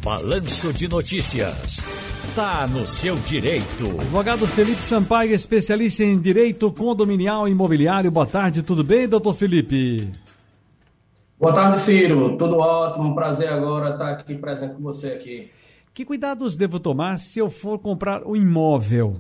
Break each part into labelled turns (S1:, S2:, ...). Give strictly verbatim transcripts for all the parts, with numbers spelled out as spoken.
S1: Balanço de Notícias. Tá no seu direito.
S2: Advogado Felipe Sampaio, especialista em direito condominial e imobiliário. Boa tarde, tudo bem, doutor Felipe?
S3: Boa tarde, Ciro. Tudo ótimo. Prazer agora estar aqui presente com você aqui.
S2: Que cuidados devo tomar se eu for comprar um imóvel?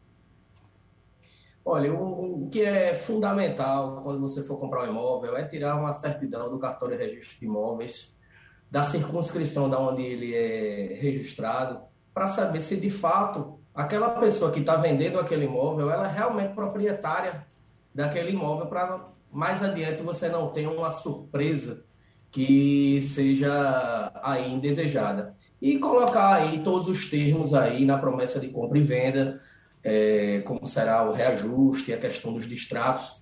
S3: Olha, o, o que é fundamental quando você for comprar um imóvel é tirar uma certidão do cartório de registro de imóveis, da circunscrição da onde ele é registrado, para saber se de fato aquela pessoa que está vendendo aquele imóvel, ela é realmente proprietária daquele imóvel, para mais adiante você não ter uma surpresa que seja aí indesejada. E colocar aí todos os termos aí na promessa de compra e venda, é, como será o reajuste, a questão dos distratos,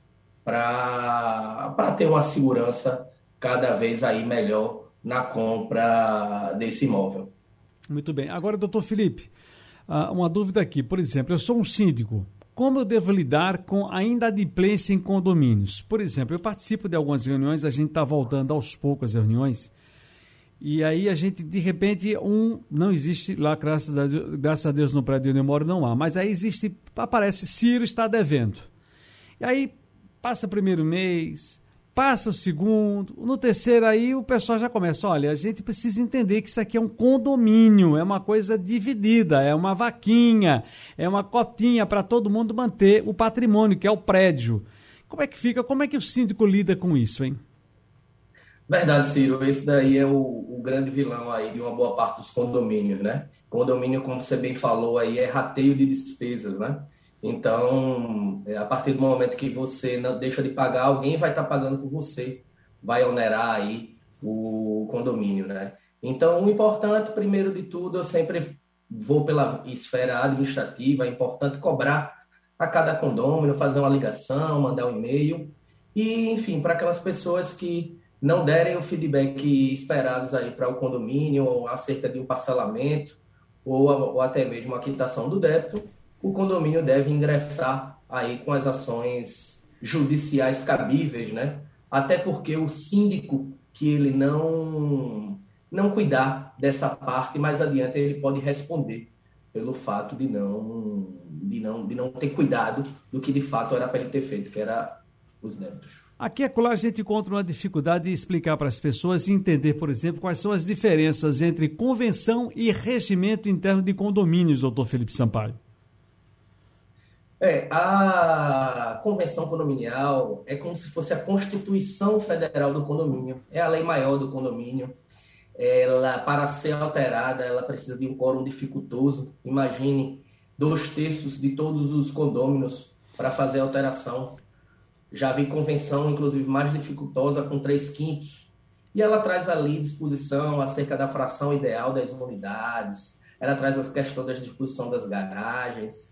S3: para ter uma segurança cada vez aí melhor na compra desse imóvel.
S2: Muito bem. Agora, doutor Felipe, uma dúvida aqui. Por exemplo, eu sou um síndico. Como eu devo lidar com a inadimplência em condomínios? Por exemplo, eu participo de algumas reuniões, a gente está voltando aos poucos às reuniões, e aí a gente, de repente, um não existe lá, graças a Deus, graças a Deus no prédio onde eu moro não há, mas aí existe, aparece, Ciro está devendo. E aí passa o primeiro mês, passa o segundo, no terceiro aí o pessoal já começa, olha, a gente precisa entender que isso aqui é um condomínio, é uma coisa dividida, é uma vaquinha, é uma cotinha para todo mundo manter o patrimônio, que é o prédio. Como é que fica, como é que o síndico lida com isso, hein?
S3: Verdade, Ciro, esse daí é o, o grande vilão aí de uma boa parte dos condomínios, né? Condomínio, como você bem falou aí, é rateio de despesas, né? Então, a partir do momento que você não deixa de pagar, alguém vai estar pagando por você, vai onerar aí o condomínio, né? Então, o importante, primeiro de tudo, eu sempre vou pela esfera administrativa, é importante cobrar a cada condomínio, fazer uma ligação, mandar um e-mail, e, enfim, para aquelas pessoas que não derem o feedback esperados aí para o condomínio, ou acerca de um parcelamento, ou, ou até mesmo a quitação do débito, o condomínio deve ingressar aí com as ações judiciais cabíveis, né? Até porque o síndico que ele não, não cuidar dessa parte, mais adiante ele pode responder pelo fato de não, de não, de não ter cuidado do que de fato era para ele ter feito, que era os débitos.
S2: Aqui e acolá a gente encontra uma dificuldade de explicar para as pessoas e entender, por exemplo, quais são as diferenças entre convenção e regimento interno de condomínios, doutor Felipe Sampaio.
S3: É, a convenção condominial é como se fosse a Constituição Federal do condomínio, é a lei maior do condomínio. Ela, para ser alterada, ela precisa de um quórum dificultoso. Imagine dois terços de todos os condôminos para fazer a alteração. Já vi convenção, inclusive, mais dificultosa, com três quintos. E ela traz ali disposição acerca da fração ideal das unidades, ela traz a questão da disposição das garagens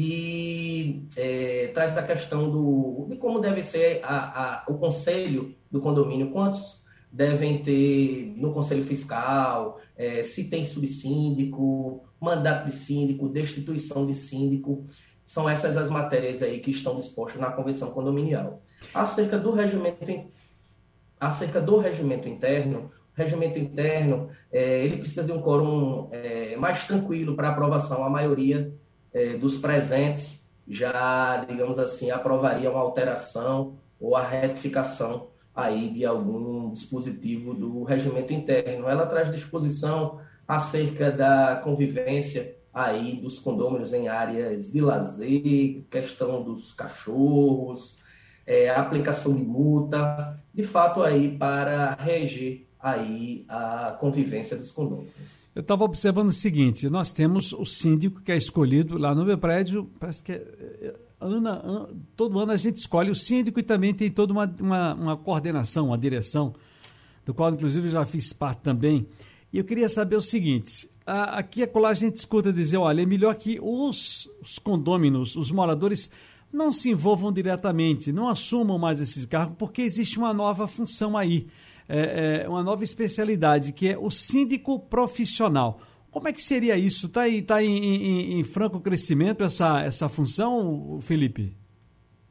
S3: e é, traz a questão do, de como deve ser a, a, o conselho do condomínio, quantos devem ter no conselho fiscal, é, se tem subsíndico, mandato de síndico, destituição de síndico. São essas as matérias aí que estão dispostas na convenção condominial. Acerca do regimento, acerca do regimento interno, o regimento interno é, ele precisa de um quórum é, mais tranquilo para aprovação. A maioria é, dos presentes já, digamos assim, aprovaria uma alteração ou a retificação aí de algum dispositivo do regimento interno. Ela traz disposição acerca da convivência aí dos condôminos em áreas de lazer, questão dos cachorros, é, a aplicação de multa, de fato aí para reger aí a convivência dos condôminos.
S2: Eu estava observando o seguinte, nós temos o síndico que é escolhido lá no meu prédio, parece que é, Ana, Ana, todo ano a gente escolhe o síndico e também tem toda uma, uma, uma coordenação, uma direção, do qual inclusive eu já fiz parte também. E eu queria saber o seguinte, a, aqui a acolá a gente escuta dizer, olha, é melhor que os, os condôminos, os moradores, não se envolvam diretamente, não assumam mais esses cargos, porque existe uma nova função aí, é, é, uma nova especialidade, que é o síndico profissional. Como é que seria isso? Está aí, tá em, em, em franco crescimento essa, essa função, Felipe?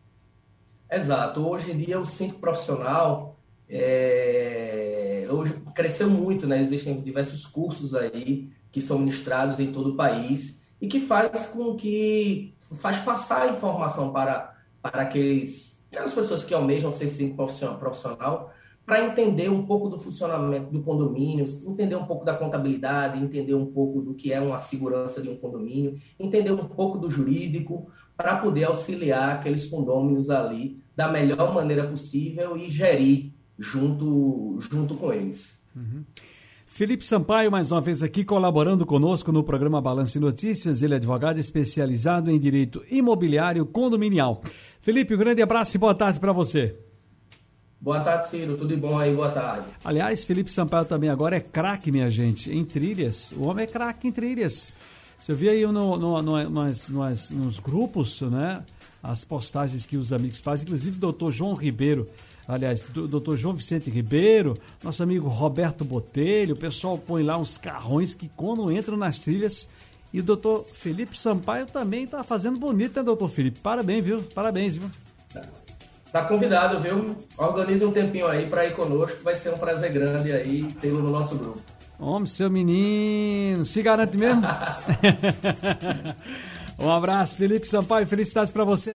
S3: Exato. Hoje em dia o síndico profissional, é, hoje, cresceu muito, né? Existem diversos cursos aí que são ministrados em todo o país e que faz com que faz passar a informação para, para aqueles, aquelas pessoas que almejam ser sim, profissional, para entender um pouco do funcionamento do condomínio, entender um pouco da contabilidade, entender um pouco do que é uma segurança de um condomínio, entender um pouco do jurídico, para poder auxiliar aqueles condôminos ali da melhor maneira possível e gerir junto, junto com eles.
S2: Uhum. Felipe Sampaio, mais uma vez aqui, colaborando conosco no programa Balanço e Notícias. Ele é advogado especializado em direito imobiliário condominial. Felipe, um grande abraço e boa tarde para você.
S3: Boa tarde, Ciro. Tudo bom aí? Boa tarde.
S2: Aliás, Felipe Sampaio também agora é craque, minha gente, em trilhas. O homem é craque em trilhas. Você viu aí no, no, no, nos, nos, nos grupos, né, as postagens que os amigos fazem, inclusive o doutor João Ribeiro, aliás, o doutor João Vicente Ribeiro, nosso amigo Roberto Botelho, o pessoal põe lá uns carrões que quando entram nas trilhas, e o doutor Felipe Sampaio também está fazendo bonito, né, doutor Felipe? Parabéns, viu? Parabéns, viu?
S3: Tá convidado, viu? Organize um tempinho aí para ir conosco, vai ser um prazer grande aí tê-lo no nosso grupo.
S2: Homem, seu menino, se garante mesmo? Um abraço, Felipe Sampaio, felicidades para você.